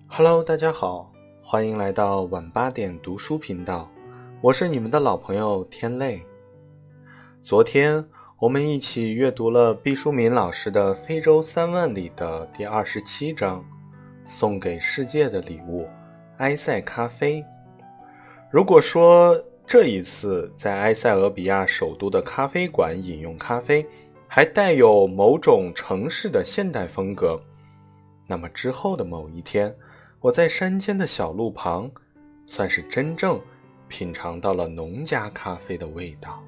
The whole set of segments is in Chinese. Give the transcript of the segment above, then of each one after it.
Hello， 大家好，欢迎来到晚8点读书频道，我是你们的老朋友天泪。昨天我们一起阅读了毕淑敏老师的《非洲3万里》的第27章，送给世界的礼物——埃塞咖啡。如果说这一次在埃塞俄比亚首都的咖啡馆饮用咖啡还带有某种城市的现代风格，那么之后的某一天，我在山间的小路旁算是真正品尝到了农家咖啡的味道。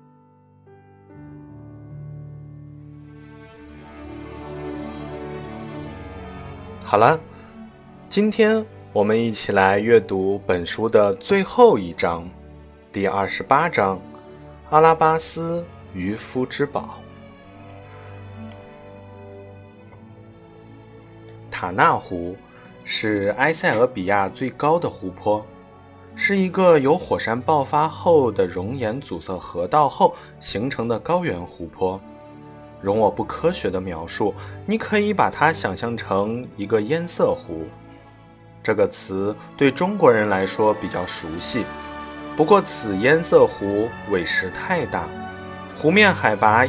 好了，今天我们一起来阅读本书的最后一章，第28章，阿拉巴斯渔夫之宝。塔纳湖是埃塞俄比亚最高的湖泊，是一个由火山爆发后的熔岩阻塞河道后形成的高原湖泊。容我不科学的描述，你可以把它想象成一个烟色湖。这个词对中国人来说比较熟悉，不过此烟色湖委实太大，湖面海拔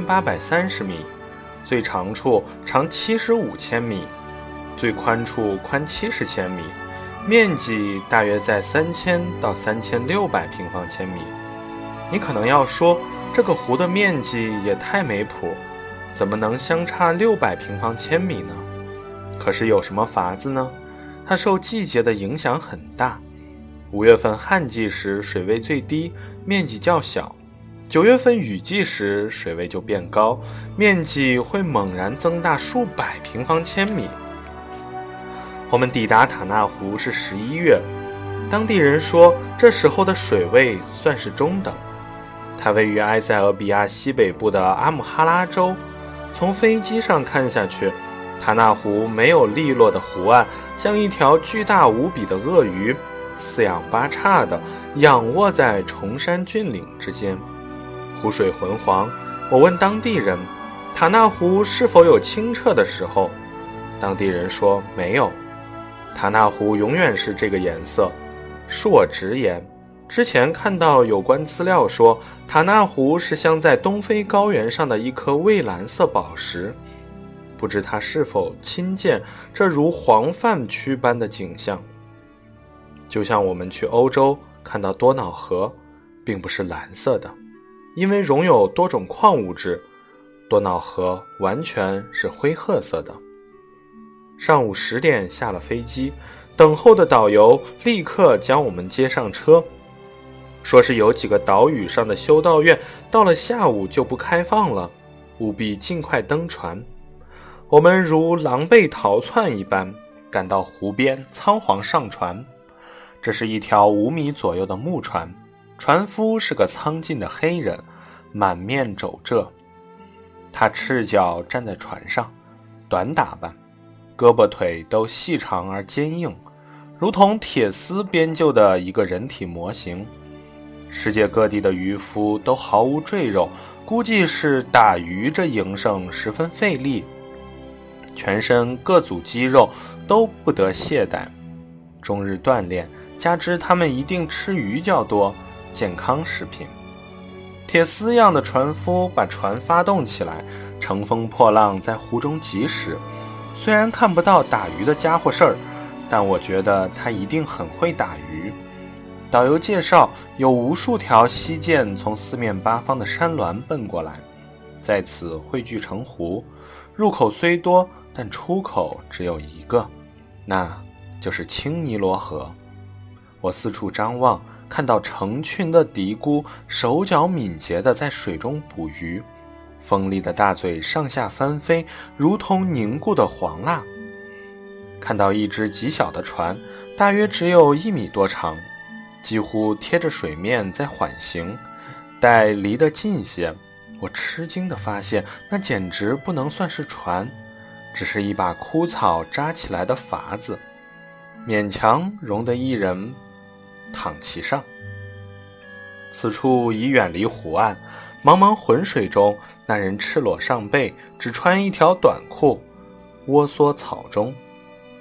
1830米，最长处长75千米，最宽处宽70千米，面积大约在3000到3600平方千米。你可能要说，这个湖的面积也太没谱，怎么能相差600平方千米呢？可是有什么法子呢？它受季节的影响很大。5月份旱季时水位最低，面积较小；9月份雨季时水位就变高，面积会猛然增大数百平方千米。我们抵达塔纳湖是11月，当地人说这时候的水位算是中等。它位于埃塞俄比亚西北部的阿姆哈拉州，从飞机上看下去，塔纳湖没有利落的湖岸，像一条巨大无比的鳄鱼，四仰八叉地仰卧在崇山峻岭之间。湖水浑黄，我问当地人，塔纳湖是否有清澈的时候？当地人说没有，塔纳湖永远是这个颜色。恕我直言，之前看到有关资料说，塔纳湖是镶在东非高原上的一颗蔚蓝色宝石，不知它是否亲见这如黄泛区般的景象。就像我们去欧洲看到多瑙河，并不是蓝色的，因为溶有多种矿物质，多瑙河完全是灰褐色的。上午10点下了飞机，等候的导游立刻将我们接上车，说是有几个岛屿上的修道院到了下午就不开放了，务必尽快登船。我们如狼狈逃窜一般赶到湖边，仓皇上船。这是一条5米左右的木船，船夫是个苍劲的黑人，满面皱褶。他赤脚站在船上，短打扮，胳膊腿都细长而坚硬，如同铁丝编就的一个人体模型。世界各地的渔夫都毫无赘肉，估计是打鱼这营生十分费力，全身各组肌肉都不得懈怠，终日锻炼，加之他们一定吃鱼较多，健康食品。铁丝样的船夫把船发动起来，乘风破浪在湖中疾驶。虽然看不到打鱼的家伙事儿，但我觉得他一定很会打鱼。导游介绍，有无数条溪涧从四面八方的山峦奔过来，在此汇聚成湖。入口虽多，但出口只有一个，那就是青尼罗河。我四处张望，看到成群的嘀咕手脚敏捷地在水中捕鱼，锋利的大嘴上下翻飞，如同凝固的黄蜡。看到一只极小的船，大约只有1米多长，几乎贴着水面在缓行。待离得近些，我吃惊地发现，那简直不能算是船，只是一把枯草扎起来的筏子，勉强容得一人躺其上。此处已远离湖岸，茫茫浑水中，那人赤裸上背，只穿一条短裤，窝缩草中。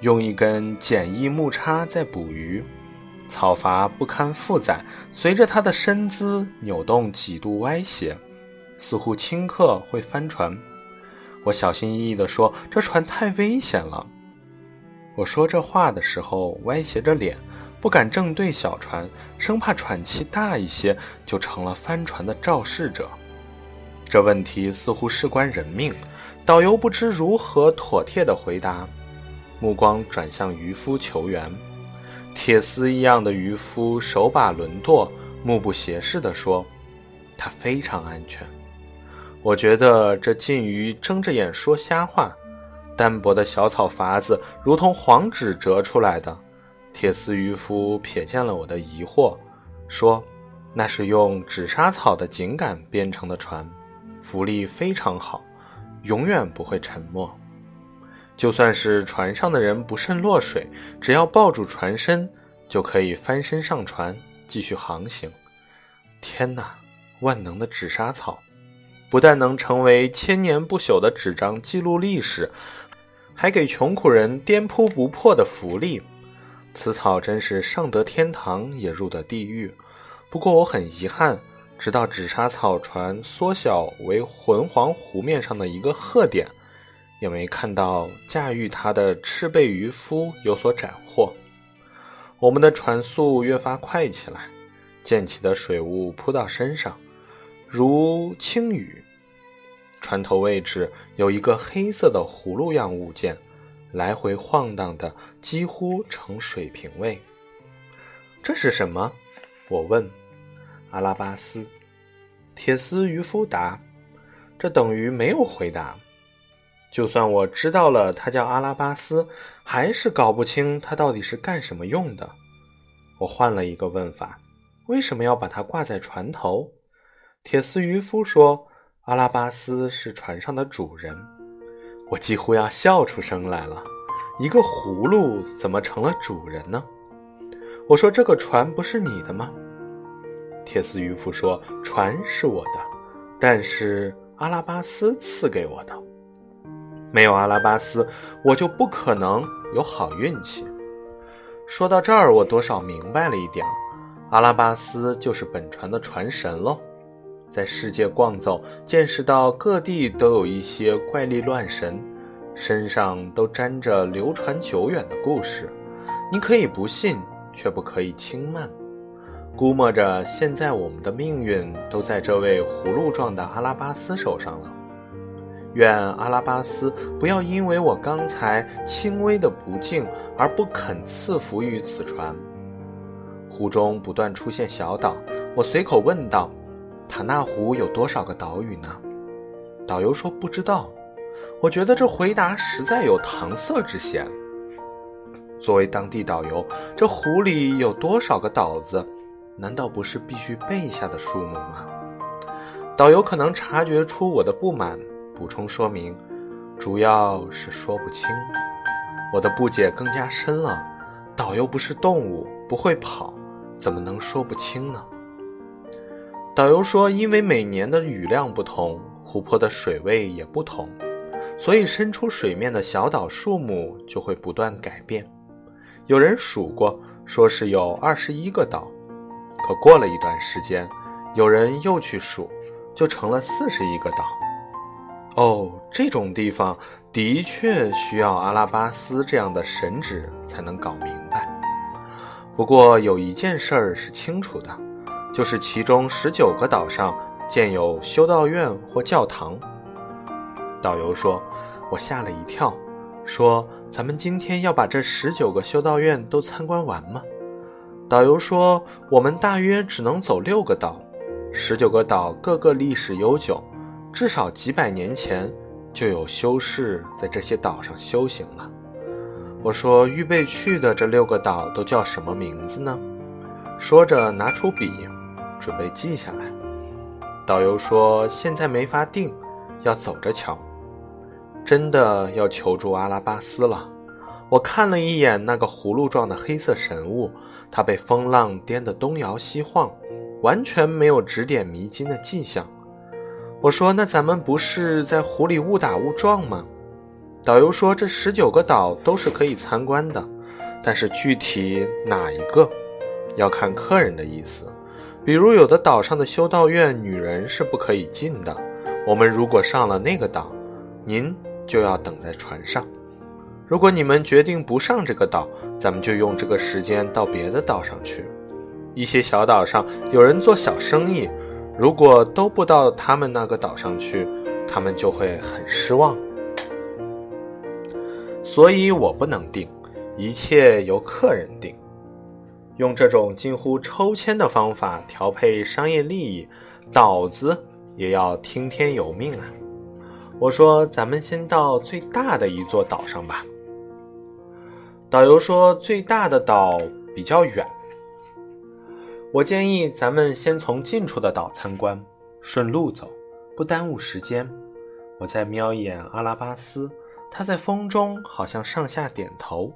用一根简易木叉在捕鱼，草筏不堪负载，随着它的身姿扭动几度歪斜，似乎顷刻会翻船。我小心翼翼地说，这船太危险了。我说这话的时候歪斜着脸，不敢正对小船，生怕喘气大一些就成了翻船的肇事者。这问题似乎事关人命，导游不知如何妥帖地回答，目光转向渔夫求援。铁丝一样的渔夫手把轮舵，目不斜视地说，他非常安全。我觉得这近于睁着眼说瞎话，单薄的小草筏子如同黄纸折出来的。铁丝渔夫瞥见了我的疑惑，说那是用纸莎草的茎杆编成的船，浮力非常好，永远不会沉没。就算是船上的人不慎落水，只要抱住船身，就可以翻身上船，继续航行。天哪，万能的纸莎草，不但能成为千年不朽的纸张记录历史，还给穷苦人颠扑不破的福利。此草真是上得天堂，也入得地狱。不过我很遗憾，直到纸莎草船缩小为浑黄湖面上的一个褐点，也没看到驾驭它的赤背渔夫有所斩获。我们的船速越发快起来，溅起的水雾扑到身上，如轻雨。船头位置有一个黑色的葫芦样物件，来回晃荡的几乎成水平位。这是什么？我问。阿拉巴斯。铁丝渔夫答。这等于没有回答。就算我知道了它叫阿拉巴斯，还是搞不清它到底是干什么用的。我换了一个问法，为什么要把它挂在船头？铁丝渔夫说，阿拉巴斯是船上的主人。我几乎要笑出声来了，一个葫芦怎么成了主人呢？我说，这个船不是你的吗？铁丝渔夫说，船是我的，但是阿拉巴斯赐给我的。没有阿拉巴斯，我就不可能有好运气。说到这儿，我多少明白了一点，阿拉巴斯就是本船的船神喽。在世界逛走，见识到各地都有一些怪力乱神，身上都沾着流传久远的故事。你可以不信，却不可以轻慢。估摸着现在我们的命运都在这位葫芦状的阿拉巴斯手上了。愿阿拉巴斯不要因为我刚才轻微的不敬而不肯赐福于此船。湖中不断出现小岛，我随口问道，塔纳湖有多少个岛屿呢？导游说不知道。我觉得这回答实在有搪塞之嫌。作为当地导游，这湖里有多少个岛子，难道不是必须背下的数目吗？导游可能察觉出我的不满，补充说明，主要是说不清。我的不解更加深了，导游不是动物，不会跑，怎么能说不清呢？导游说，因为每年的雨量不同，湖泊的水位也不同，所以伸出水面的小岛数目就会不断改变。有人数过，说是有21个岛，可过了一段时间，有人又去数，就成了41个岛。哦，这种地方的确需要阿拉巴斯这样的神职才能搞明白。不过有一件事儿是清楚的，就是其中19个岛上建有修道院或教堂。导游说，我吓了一跳，说咱们今天要把这19个修道院都参观完吗？导游说，我们大约只能走6个岛，19个岛各个历史悠久，至少几百年前就有修士在这些岛上修行了。我说，预备去的这6个岛都叫什么名字呢？说着拿出笔准备记下来。导游说，现在没法定，要走着瞧。真的要求助阿拉巴斯了。我看了一眼那个葫芦状的黑色神物，它被风浪颠得东摇西晃，完全没有指点迷津的迹象。我说，那咱们不是在湖里误打误撞吗？ 导游说这19个岛都是可以参观的，但是具体哪一个要看客人的意思。比如有的岛上的修道院女人是不可以进的，我们如果上了那个岛，您就要等在船上。如果你们决定不上这个岛，咱们就用这个时间到别的岛上去。一些小岛上有人做小生意，如果都不到他们那个岛上去，他们就会很失望。所以我不能定，一切由客人定。用这种近乎抽签的方法调配商业利益，岛子也要听天由命啊。我说咱们先到最大的一座岛上吧。导游说最大的岛比较远，我建议咱们先从近处的岛参观，顺路走，不耽误时间。我再瞄一眼阿拉巴斯，他在风中好像上下点头。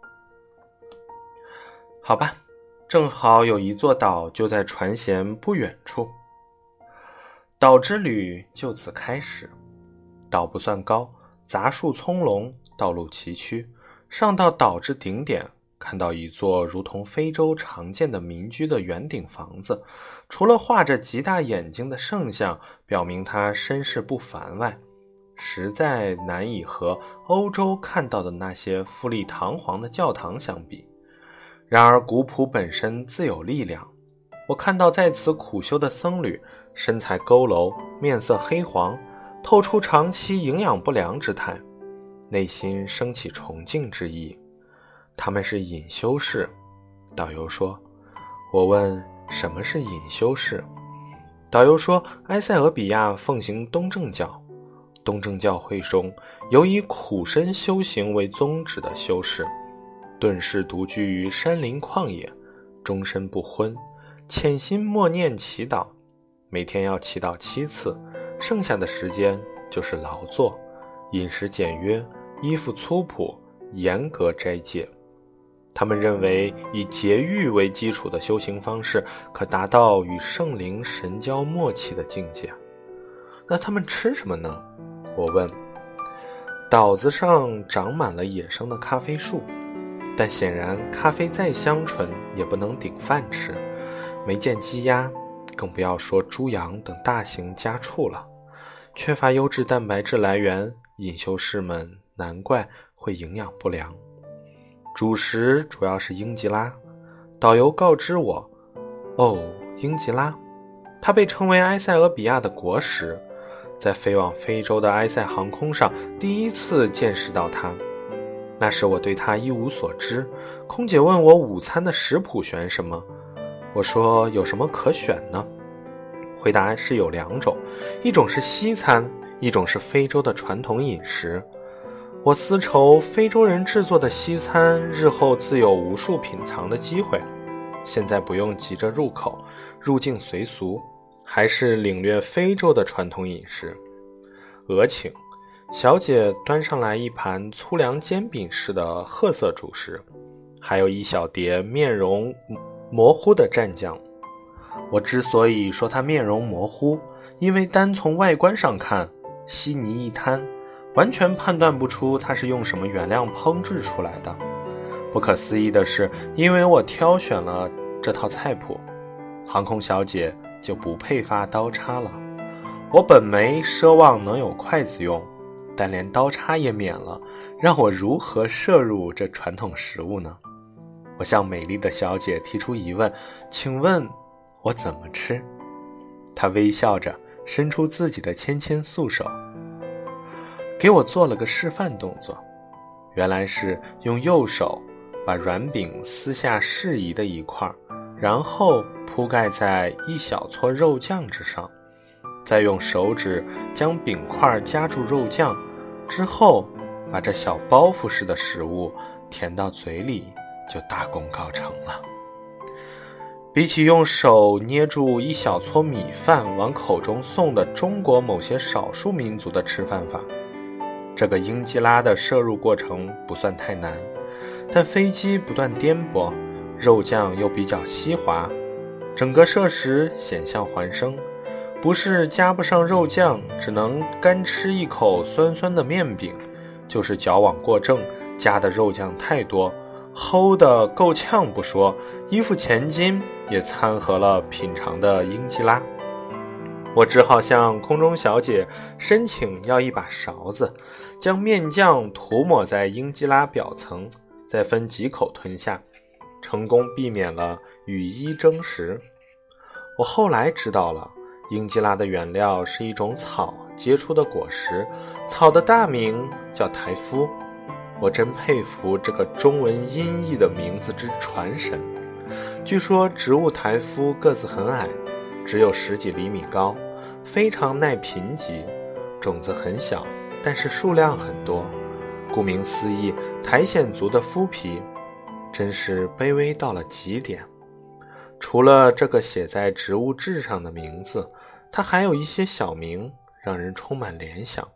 好吧，正好有一座岛就在船舷不远处。岛之旅就此开始。岛不算高，杂树葱茏，道路崎岖。上到岛之顶点，看到一座如同非洲常见的民居的圆顶房子，除了画着极大眼睛的圣像表明它身世不凡外，实在难以和欧洲看到的那些富丽堂皇的教堂相比。然而古朴本身自有力量，我看到在此苦修的僧侣身材佝偻，面色黑黄，透出长期营养不良之态，内心升起崇敬之意。他们是隐修士，导游说。我问什么是隐修士，导游说埃塞俄比亚奉行东正教，东正教会中有以苦身修行为宗旨的修士，顿世独居于山林旷野，终身不婚，潜心默念祈祷，每天要祈祷7次，剩下的时间就是劳作，饮食简约，衣服粗朴，严格斋戒。他们认为以节欲为基础的修行方式可达到与圣灵神交默契的境界。那他们吃什么呢？我问。岛子上长满了野生的咖啡树，但显然咖啡再香醇也不能顶饭吃，没见鸡鸭，更不要说猪羊等大型家畜了。缺乏优质蛋白质来源，隐修士们难怪会营养不良。主食主要是英吉拉，导游告知我，英吉拉，它被称为埃塞俄比亚的国食，在飞往非洲的埃塞航空上第一次见识到它。那时我对它一无所知，空姐问我午餐的食谱选什么，我说有什么可选呢？回答是有2种，一种是西餐，一种是非洲的传统饮食。我思愁非洲人制作的西餐日后自有无数品尝的机会，现在不用急着入口，入境随俗，还是领略非洲的传统饮食。俄请，小姐端上来一盘粗粮煎饼式的褐色主食，还有一小碟面容模糊的蘸酱。我之所以说它面容模糊，因为单从外观上看，稀泥一滩，完全判断不出它是用什么原料烹制出来的。不可思议的是，因为我挑选了这套菜谱，航空小姐就不配发刀叉了。我本没奢望能有筷子用，但连刀叉也免了，让我如何摄入这传统食物呢？我向美丽的小姐提出疑问，请问我怎么吃？她微笑着伸出自己的纤纤素手，给我做了个示范动作。原来是用右手把软饼撕下适宜的一块，然后铺盖在一小撮肉酱之上，再用手指将饼块夹住肉酱，之后把这小包袱式的食物填到嘴里，就大功告成了。比起用手捏住一小撮米饭往口中送的中国某些少数民族的吃饭法，这个英吉拉的摄入过程不算太难，但飞机不断颠簸，肉酱又比较稀滑，整个摄食险象环生，不是加不上肉酱，只能干吃一口酸酸的面饼， 就是矫枉过正，加的肉酱太多，齁的够呛不说，衣服前襟也掺和了品尝的英吉拉。我只好向空中小姐申请要一把勺子，将面酱涂抹在英吉拉表层，再分几口吞下，成功避免了与衣争食。我后来知道了，英吉拉的原料是一种草结出的果实，草的大名叫台夫。我真佩服这个中文音译的名字之传神。据说植物台夫个子很矮，只有10几厘米高，非常耐贫瘠，种子很小，但是数量很多。顾名思义，苔藓族的麸皮，真是卑微到了极点。除了这个写在植物志上的名字，它还有一些小名，让人充满联想。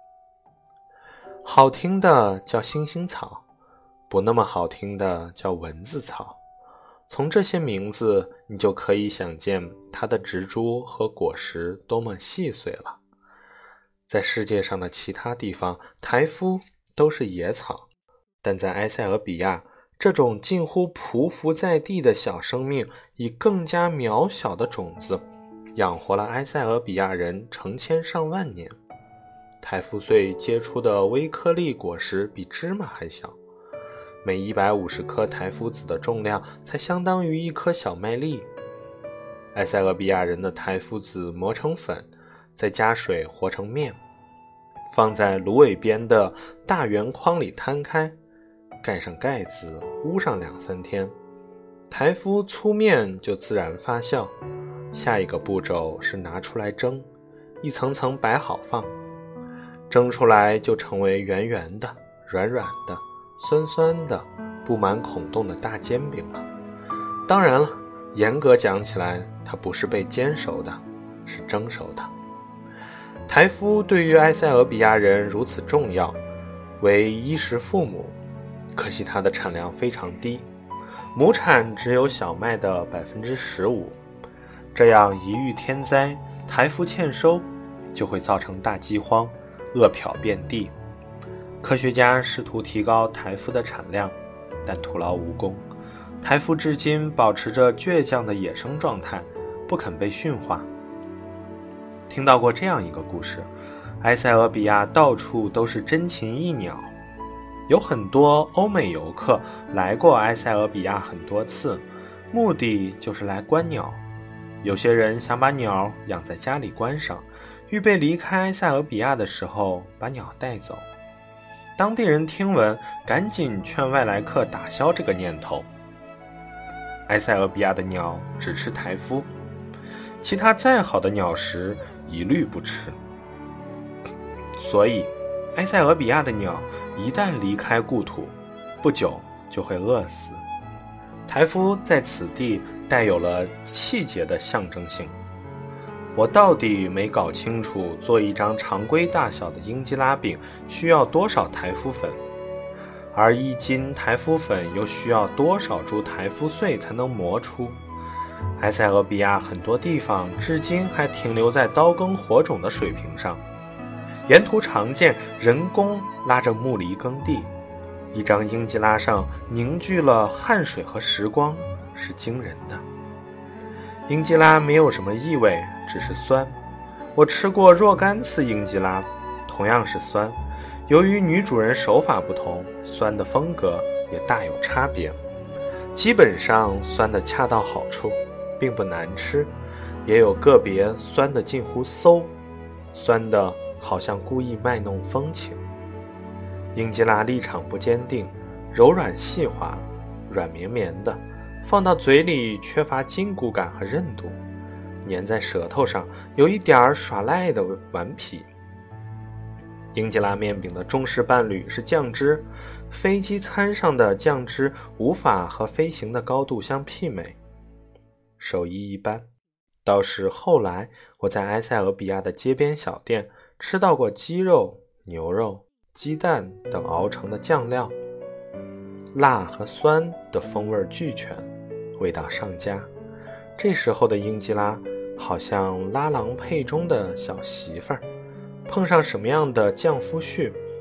好听的叫星星草，不那么好听的叫蚊子草。从这些名字，你就可以想见它的植株和果实多么细碎了。在世界上的其他地方，台夫都是野草，但在埃塞俄比亚，这种近乎匍匐在地的小生命，以更加渺小的种子，养活了埃塞俄比亚人成千上万年。台夫穗结出的微颗粒果实比芝麻还小，每150颗台夫籽的重量才相当于一颗小麦粒。埃塞俄比亚人的台夫籽磨成粉，再加水和成面，放在芦苇边的大圆筐里摊开，盖上盖子，捂上2-3天，台夫粗面就自然发酵。下一个步骤是拿出来蒸，一层层摆好放，蒸出来就成为圆圆的、软软的、酸酸的、布满孔洞的大煎饼了。当然了，严格讲起来，它不是被煎熟的，是蒸熟的。台夫对于埃塞俄比亚人如此重要，为衣食父母，可惜它的产量非常低，亩产只有小麦的15%。这样一遇天灾，台夫欠收，就会造成大饥荒，饿殍遍地。科学家试图提高台夫的产量，但徒劳无功。台夫至今保持着倔强的野生状态，不肯被驯化。听到过这样一个故事，埃塞俄比亚到处都是珍禽异鸟，有很多欧美游客来过埃塞俄比亚很多次，目的就是来观鸟。有些人想把鸟养在家里观赏，预备离开埃塞俄比亚的时候把鸟带走。当地人听闻，赶紧劝外来客打消这个念头。埃塞俄比亚的鸟只吃台夫，其他再好的鸟食一律不吃。所以埃塞俄比亚的鸟一旦离开故土，不久就会饿死。台夫在此地带有了气节的象征性。我到底没搞清楚做一张常规大小的英吉拉饼需要多少台夫粉，而1斤台夫粉又需要多少株台夫穗才能磨出。埃塞俄比亚很多地方至今还停留在刀耕火种的水平上，沿途常见人工拉着木犁耕地，一张英吉拉上凝聚了汗水和时光，是惊人的。英吉拉没有什么异味，只是酸。我吃过若干次英吉拉，同样是酸。由于女主人手法不同，酸的风格也大有差别。基本上酸的恰到好处，并不难吃，也有个别酸的近乎馊，酸的好像故意卖弄风情。英吉拉立场不坚定，柔软细滑，软绵绵的，放到嘴里缺乏筋骨感和韧度，粘在舌头上有一点耍赖的顽皮。英吉拉面饼的忠实伴侣是酱汁，飞机餐上的酱汁无法和飞行的高度相媲美，手艺一般。倒是后来我在埃塞俄比亚的街边小店吃到过鸡肉、牛肉、鸡蛋等熬成的酱料，辣和酸的风味俱全，味道上佳。这时候的英吉拉好像拉郎配中的小媳妇儿，碰上什么样的酱夫婿，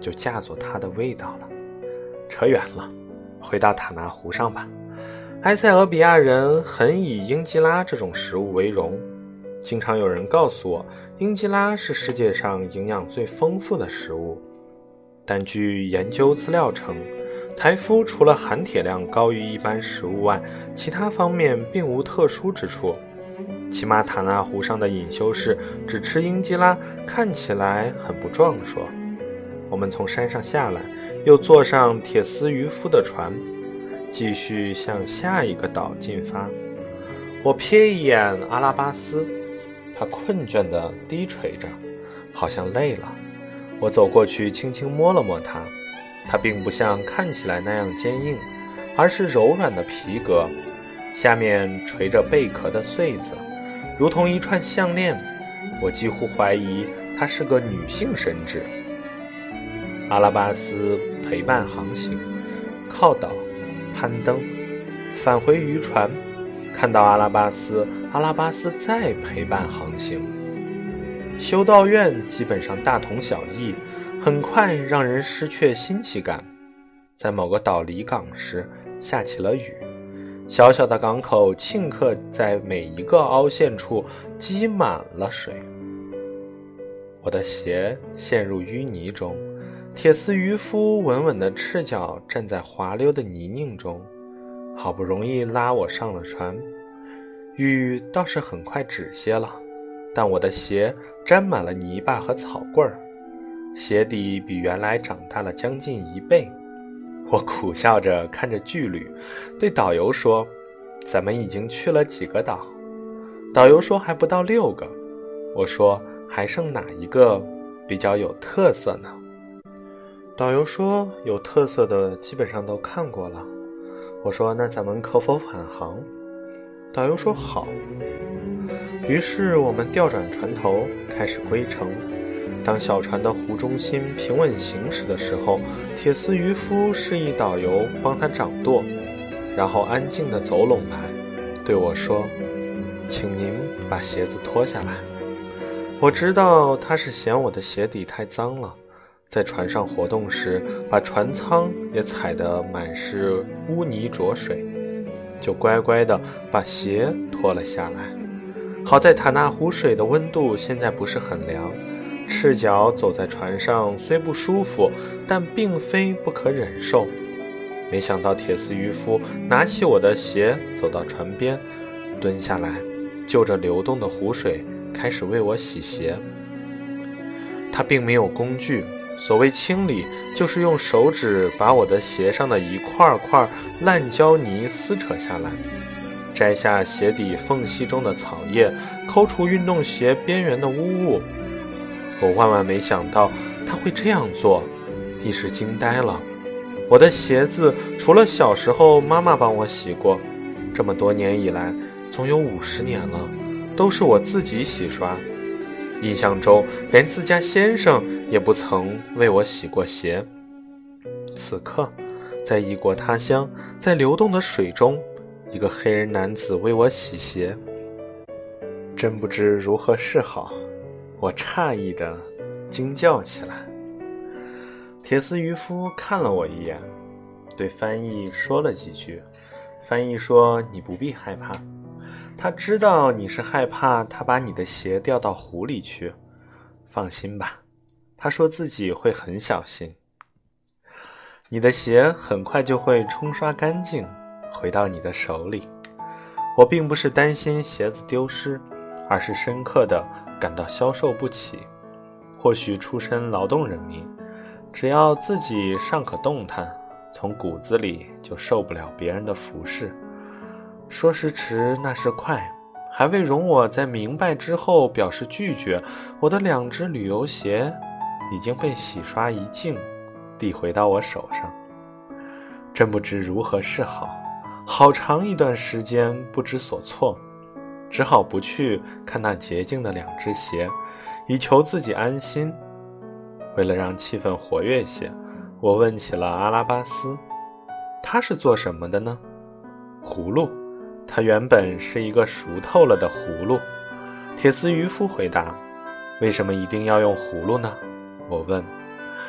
就嫁作它的味道了。扯远了，回到塔纳湖上吧。埃塞俄比亚人很以英吉拉这种食物为荣，经常有人告诉我，英吉拉是世界上营养最丰富的食物。但据研究资料称，台麸除了含铁量高于一般食物外，其他方面并无特殊之处。起码塔纳湖上的隐修士只吃英吉拉，看起来很不壮硕。我们从山上下来，又坐上铁丝渔夫的船，继续向下一个岛进发。我瞥一眼阿拉巴斯，他困倦地低垂着，好像累了。我走过去轻轻摸了摸他，它并不像看起来那样坚硬，而是柔软的皮革，下面垂着贝壳的穗子，如同一串项链。我几乎怀疑它是个女性神祇。阿拉巴斯陪伴航行，靠岛，攀登，返回渔船，看到阿拉巴斯，阿拉巴斯再陪伴航行。修道院基本上大同小异，很快让人失去新奇感。在某个岛离港时，下起了雨，小小的港口顷刻在每一个凹陷处积满了水。我的鞋陷入淤泥中，铁丝渔夫稳稳的赤脚站在滑溜的泥泞中，好不容易拉我上了船。雨倒是很快止歇了，但我的鞋沾满了泥巴和草棍儿，鞋底比原来长大了将近1倍。我苦笑着看着巨旅，对导游说：“咱们已经去了几个岛？”导游说：“还不到6个。”我说：“还剩哪一个比较有特色呢？”导游说：“有特色的基本上都看过了。”我说：“那咱们可否返航？”导游说：“好。”于是我们调转船头，开始归程。当小船的湖中心平稳行驶的时候，铁丝渔夫示意导游帮他掌舵，然后安静地走拢来，对我说：“请您把鞋子脱下来。”我知道他是嫌我的鞋底太脏了，在船上活动时把船舱也踩得满是污泥浊水，就乖乖地把鞋脱了下来。好在塔纳湖水的温度现在不是很凉，赤脚走在船上虽不舒服，但并非不可忍受。没想到铁丝渔夫拿起我的鞋走到船边，蹲下来就着流动的湖水开始为我洗鞋。他并没有工具，所谓清理就是用手指把我的鞋上的一块块烂胶泥撕扯下来，摘下鞋底缝隙中的草叶，抠除运动鞋边缘的污物。我万万没想到他会这样做，一时惊呆了。我的鞋子除了小时候妈妈帮我洗过，这么多年以来，总有50年了，都是我自己洗刷。印象中连自家先生也不曾为我洗过鞋。此刻在异国他乡，在流动的水中，一个黑人男子为我洗鞋，真不知如何是好。我诧异地惊叫起来。铁丝渔夫看了我一眼，对翻译说了几句。翻译说：“你不必害怕，他知道你是害怕他把你的鞋掉到湖里去。放心吧，他说自己会很小心。你的鞋很快就会冲刷干净，回到你的手里。”我并不是担心鞋子丢失，而是深刻地感到消受不起。或许出身劳动人民，只要自己尚可动弹，从骨子里就受不了别人的服侍。说时迟，那时快，还未容我在明白之后表示拒绝，我的2只旅游鞋已经被洗刷一净，递回到我手上。真不知如何是好，好长一段时间不知所措，只好不去看那洁净的2只鞋，以求自己安心。为了让气氛活跃些，我问起了阿拉巴斯，他是做什么的呢？葫芦，他原本是一个熟透了的葫芦。铁丝渔夫回答。为什么一定要用葫芦呢？我问。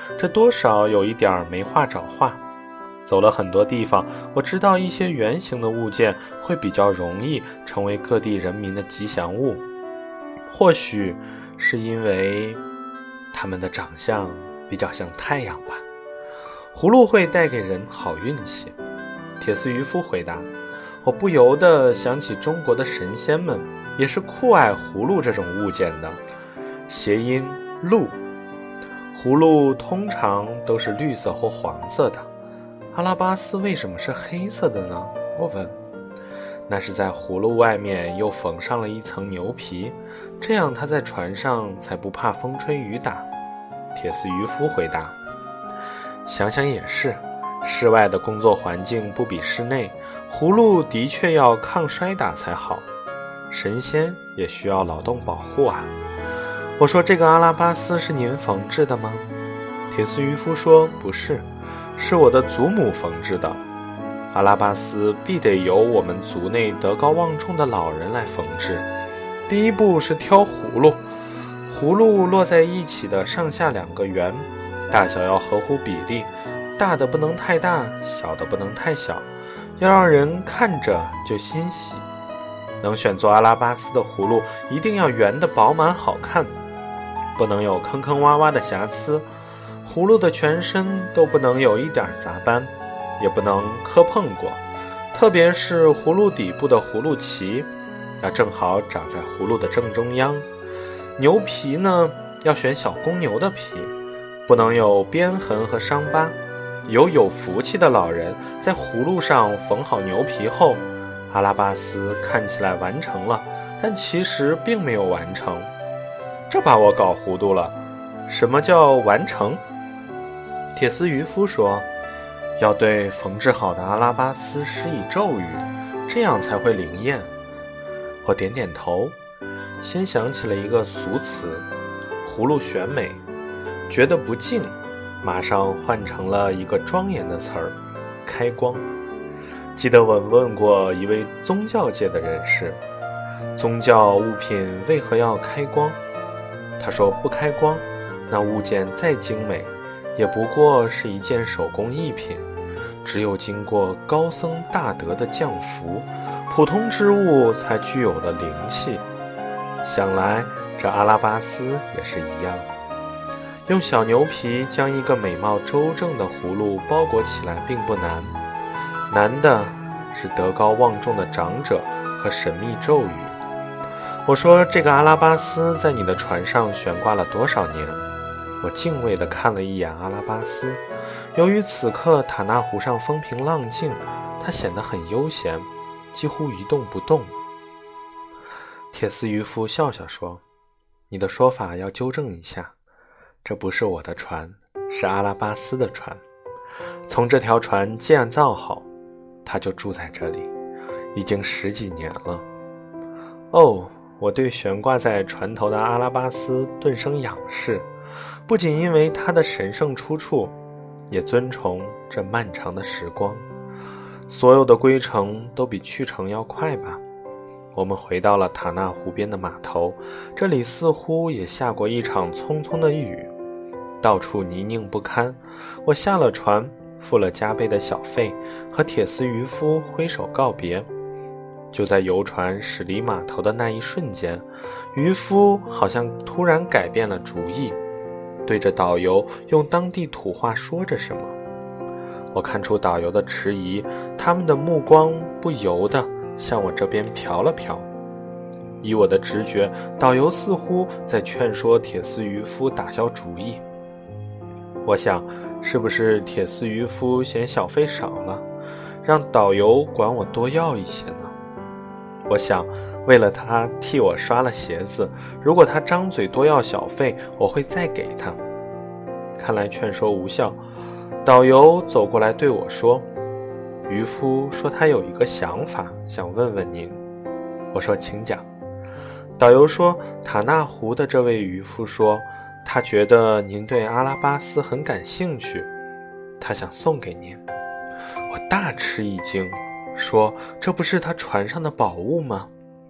这多少有一点没话找话。走了很多地方，我知道一些圆形的物件会比较容易成为各地人民的吉祥物，或许是因为它们的长相比较像太阳吧。葫芦会带给人好运气。铁丝渔夫回答。我不由得想起中国的神仙们也是酷爱葫芦这种物件的，谐音鹿。葫芦通常都是绿色或黄色的，阿拉巴斯为什么是黑色的呢？我问。那是在葫芦外面又缝上了一层牛皮，这样它在船上才不怕风吹雨打。铁丝渔夫回答。想想也是，室外的工作环境不比室内，葫芦的确要抗摔打才好，神仙也需要劳动保护啊。我说这个阿拉巴斯是您缝制的吗？铁丝渔夫说不是，是我的祖母缝制的。阿拉巴斯必得由我们族内德高望重的老人来缝制。第一步是挑葫芦，葫芦落在一起的上下2个圆，大小要合乎比例，大的不能太大，小的不能太小，要让人看着就欣喜。能选做阿拉巴斯的葫芦一定要圆的饱满好看，不能有坑坑洼洼的瑕疵，葫芦的全身都不能有一点杂斑，也不能磕碰过，特别是葫芦底部的葫芦旗要正好长在葫芦的正中央。牛皮呢，要选小公牛的皮，不能有鞭痕和伤疤。有福气的老人在葫芦上缝好牛皮后，阿拉巴斯看起来完成了，但其实并没有完成。这把我搞糊涂了，什么叫完成？铁丝渔夫说，要对缝制好的阿拉巴斯施以咒语，这样才会灵验。我点点头，先想起了一个俗词，葫芦选美，觉得不敬，马上换成了一个庄严的词儿，开光。记得我问过一位宗教界的人士，宗教物品为何要开光？他说不开光，那物件再精美，也不过是一件手工艺品，只有经过高僧大德的降服，普通之物才具有了灵气。想来这阿拉巴斯也是一样，用小牛皮将一个美貌周正的葫芦包裹起来并不难，难的是德高望重的长者和神秘咒语。我说这个阿拉巴斯在你的船上悬挂了多少年？我敬畏地看了一眼阿拉巴斯，由于此刻塔纳湖上风平浪静，它显得很悠闲，几乎一动不动。铁丝渔夫笑笑说，你的说法要纠正一下，这不是我的船，是阿拉巴斯的船。从这条船建造好，他就住在这里，已经10几年了。哦，我对悬挂在船头的阿拉巴斯顿生仰视，不仅因为它的神圣出处，也尊崇这漫长的时光。所有的归程都比去程要快吧。我们回到了塔纳湖边的码头，这里似乎也下过一场匆匆的雨，到处泥泞不堪。我下了船，付了加倍的小费，和铁丝渔夫挥手告别。就在游船驶离码头的那一瞬间，渔夫好像突然改变了主意，对着导游用当地土话说着什么。我看出导游的迟疑，他们的目光不由得向我这边瞟了瞟。以我的直觉，导游似乎在劝说铁丝渔夫打消主意。我想，是不是铁丝渔夫嫌小费少了，让导游管我多要一些呢？我想，为了他替我刷了鞋子，如果他张嘴多要小费，我会再给他。看来劝说无效，导游走过来对我说，渔夫说他有一个想法，想问问您。我说请讲。导游说，塔纳湖的这位渔夫说，他觉得您对阿拉巴斯很感兴趣，他想送给您。我大吃一惊，说这不是他船上的宝物吗？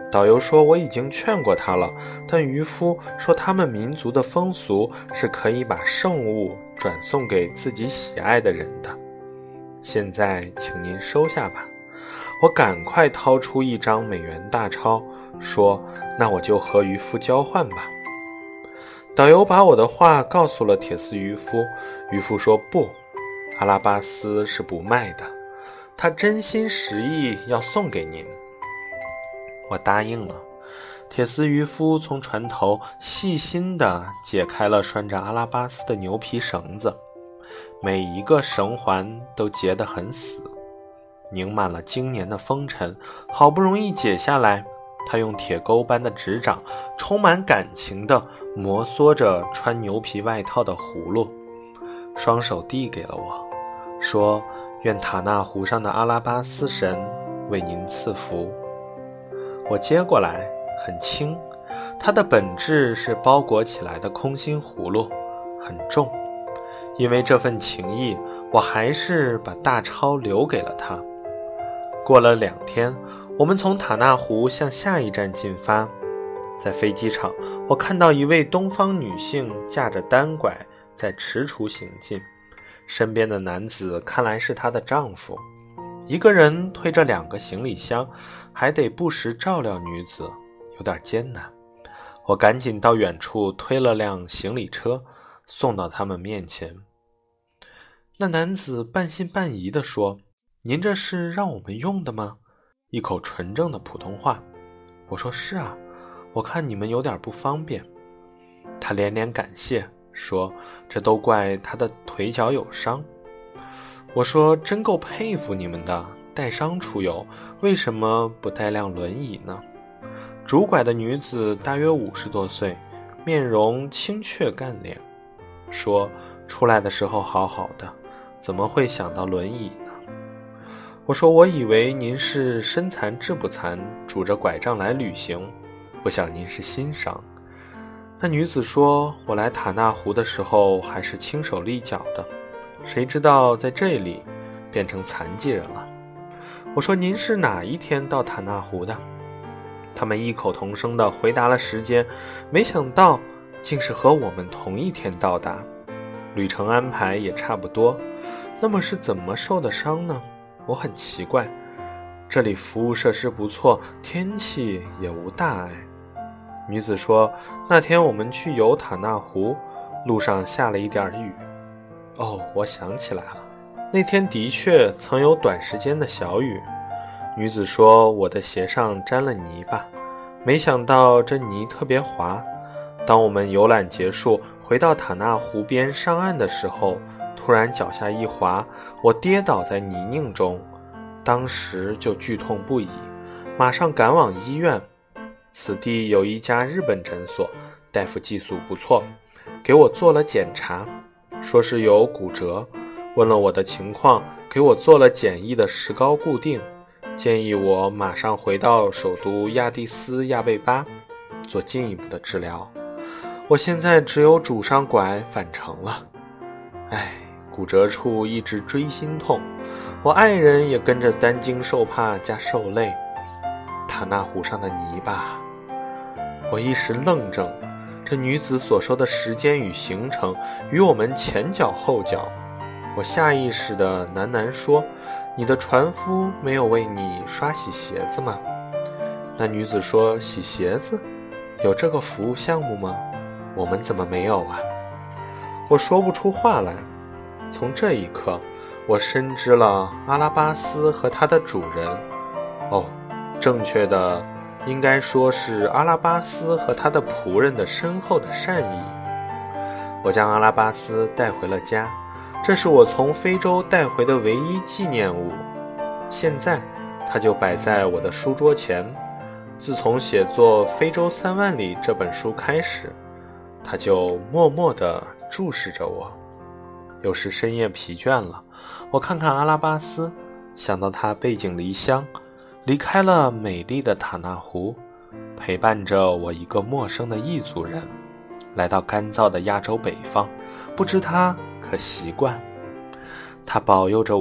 导游说我已经劝过他了，但渔夫说他们民族的风俗是可以把圣物转送给自己喜爱的人的。现在请您收下吧。我赶快掏出1张美元大钞，说那我就和渔夫交换吧。导游把我的话告诉了铁丝渔夫，渔夫说不，阿拉巴斯是不卖的，他真心实意要送给您。我答应了。铁丝渔夫从船头细心地解开了拴着阿拉巴斯的牛皮绳子，每一个绳环都结得很死，凝满了经年的风尘，好不容易解下来，他用铁钩般的指掌充满感情地摩挲着穿牛皮外套的葫芦，双手递给了我，说愿塔纳湖上的阿拉巴斯神为您赐福。我接过来，很轻，它的本质是包裹起来的空心葫芦，很重。因为这份情谊，我还是把大钞留给了他。过了2天，我们从塔纳湖向下一站进发。在飞机场，我看到一位东方女性架着单拐在踟蹰行进，身边的男子看来是她的丈夫。一个人推着2个行李箱，还得不时照料女子，有点艰难。我赶紧到远处推了辆行李车，送到他们面前。那男子半信半疑地说：“您这是让我们用的吗？”一口纯正的普通话。我说：“是啊，我看你们有点不方便。”他连连感谢，说：“这都怪他的腿脚有伤。”我说：“真够佩服你们的，带伤出游，为什么不带辆轮椅呢？”拄拐的女子大约50多岁，面容清确干练，说：“出来的时候好好的，怎么会想到轮椅呢？”我说：“我以为您是身残志不残，拄着拐杖来旅行，不想您是新伤。”那女子说：“我来塔纳湖的时候还是轻手利脚的，谁知道在这里变成残疾人了。”我说：“您是哪一天到塔纳湖的？”他们异口同声地回答了时间，没想到竟是和我们同一天到达，旅程安排也差不多。那么是怎么受的伤呢？我很奇怪。这里服务设施不错，天气也无大碍。女子说：“那天我们去游塔纳湖，路上下了一点雨。”哦，我想起来了，那天的确曾有短时间的小雨。女子说：“我的鞋上沾了泥巴，没想到这泥特别滑。当我们游览结束，回到塔纳湖边上岸的时候，突然脚下一滑，我跌倒在泥泞中，当时就剧痛不已，马上赶往医院。此地有一家日本诊所，大夫技术不错，给我做了检查，说是有骨折，问了我的情况，给我做了简易的石膏固定，建议我马上回到首都亚的斯亚贝巴做进一步的治疗。我现在只有拄上拐返程了。骨折处一直锥心痛，我爱人也跟着担惊受怕加受累。塔纳湖上的泥巴，我一时愣怔，这女子所说的时间与行程与我们前脚后脚。我下意识地喃喃说：“你的船夫没有为你刷洗鞋子吗？”那女子说：“洗鞋子？有这个服务项目吗？我们怎么没有啊？”我说不出话来。从这一刻，我深知了阿拉巴斯和他的主人，正确的应该说是阿拉巴斯和他的仆人的深厚的善意。我将阿拉巴斯带回了家，这是我从非洲带回的唯一纪念物。现在它就摆在我的书桌前。自从写作《非洲3万里》这本书开始，它就默默地注视着我。有时深夜疲倦了，我看看阿拉巴斯，想到他背井离乡，离开了美丽的塔纳湖，陪伴着我一个陌生的异族人，来到干燥的亚洲北方，不知他可习惯。他保佑着我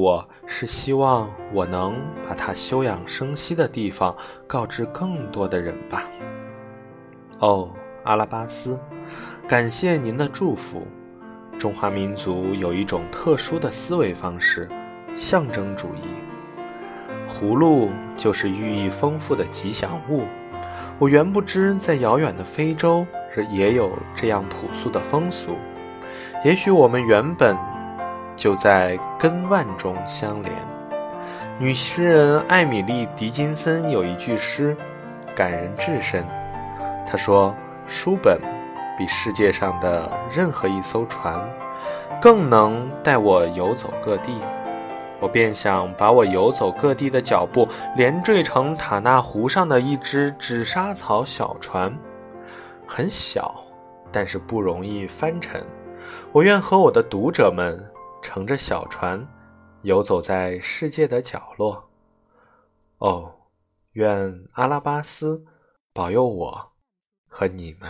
是希望我能把它休养生息的地方告知更多的人吧。哦，阿拉巴斯，感谢您的祝福。中华民族有一种特殊的思维方式，象征主义。葫芦就是寓意丰富的吉祥物。我原不知在遥远的非洲也有这样朴素的风俗。也许我们原本就在根腕中相连。女诗人艾米丽·狄金森有一句诗，感人至深。她说，书本比世界上的任何一艘船更能带我游走各地。我便想把我游走各地的脚步连缀成塔纳湖上的一只纸莎草小船，很小，但是不容易翻沉。我愿和我的读者们乘着小船游走在世界的角落。哦，愿阿拉巴斯保佑我和你们。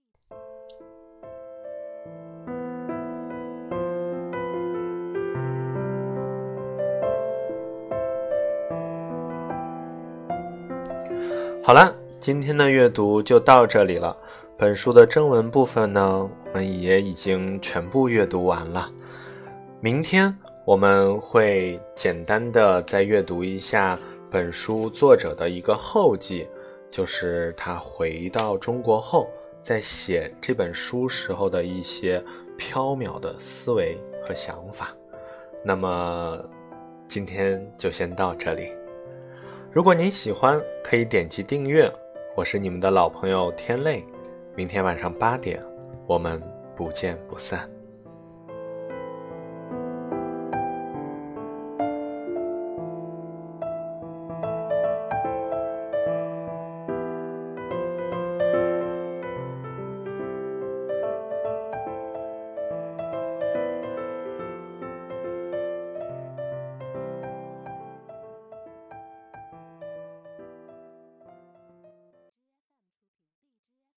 好了，今天的阅读就到这里了。本书的正文部分呢，我们也已经全部阅读完了。明天我们会简单的再阅读一下本书作者的一个后记，就是他回到中国后在写这本书时候的一些缥缈的思维和想法。那么今天就先到这里。如果您喜欢，可以点击订阅。我是你们的老朋友天泪，明天晚上8点，我们不见不散。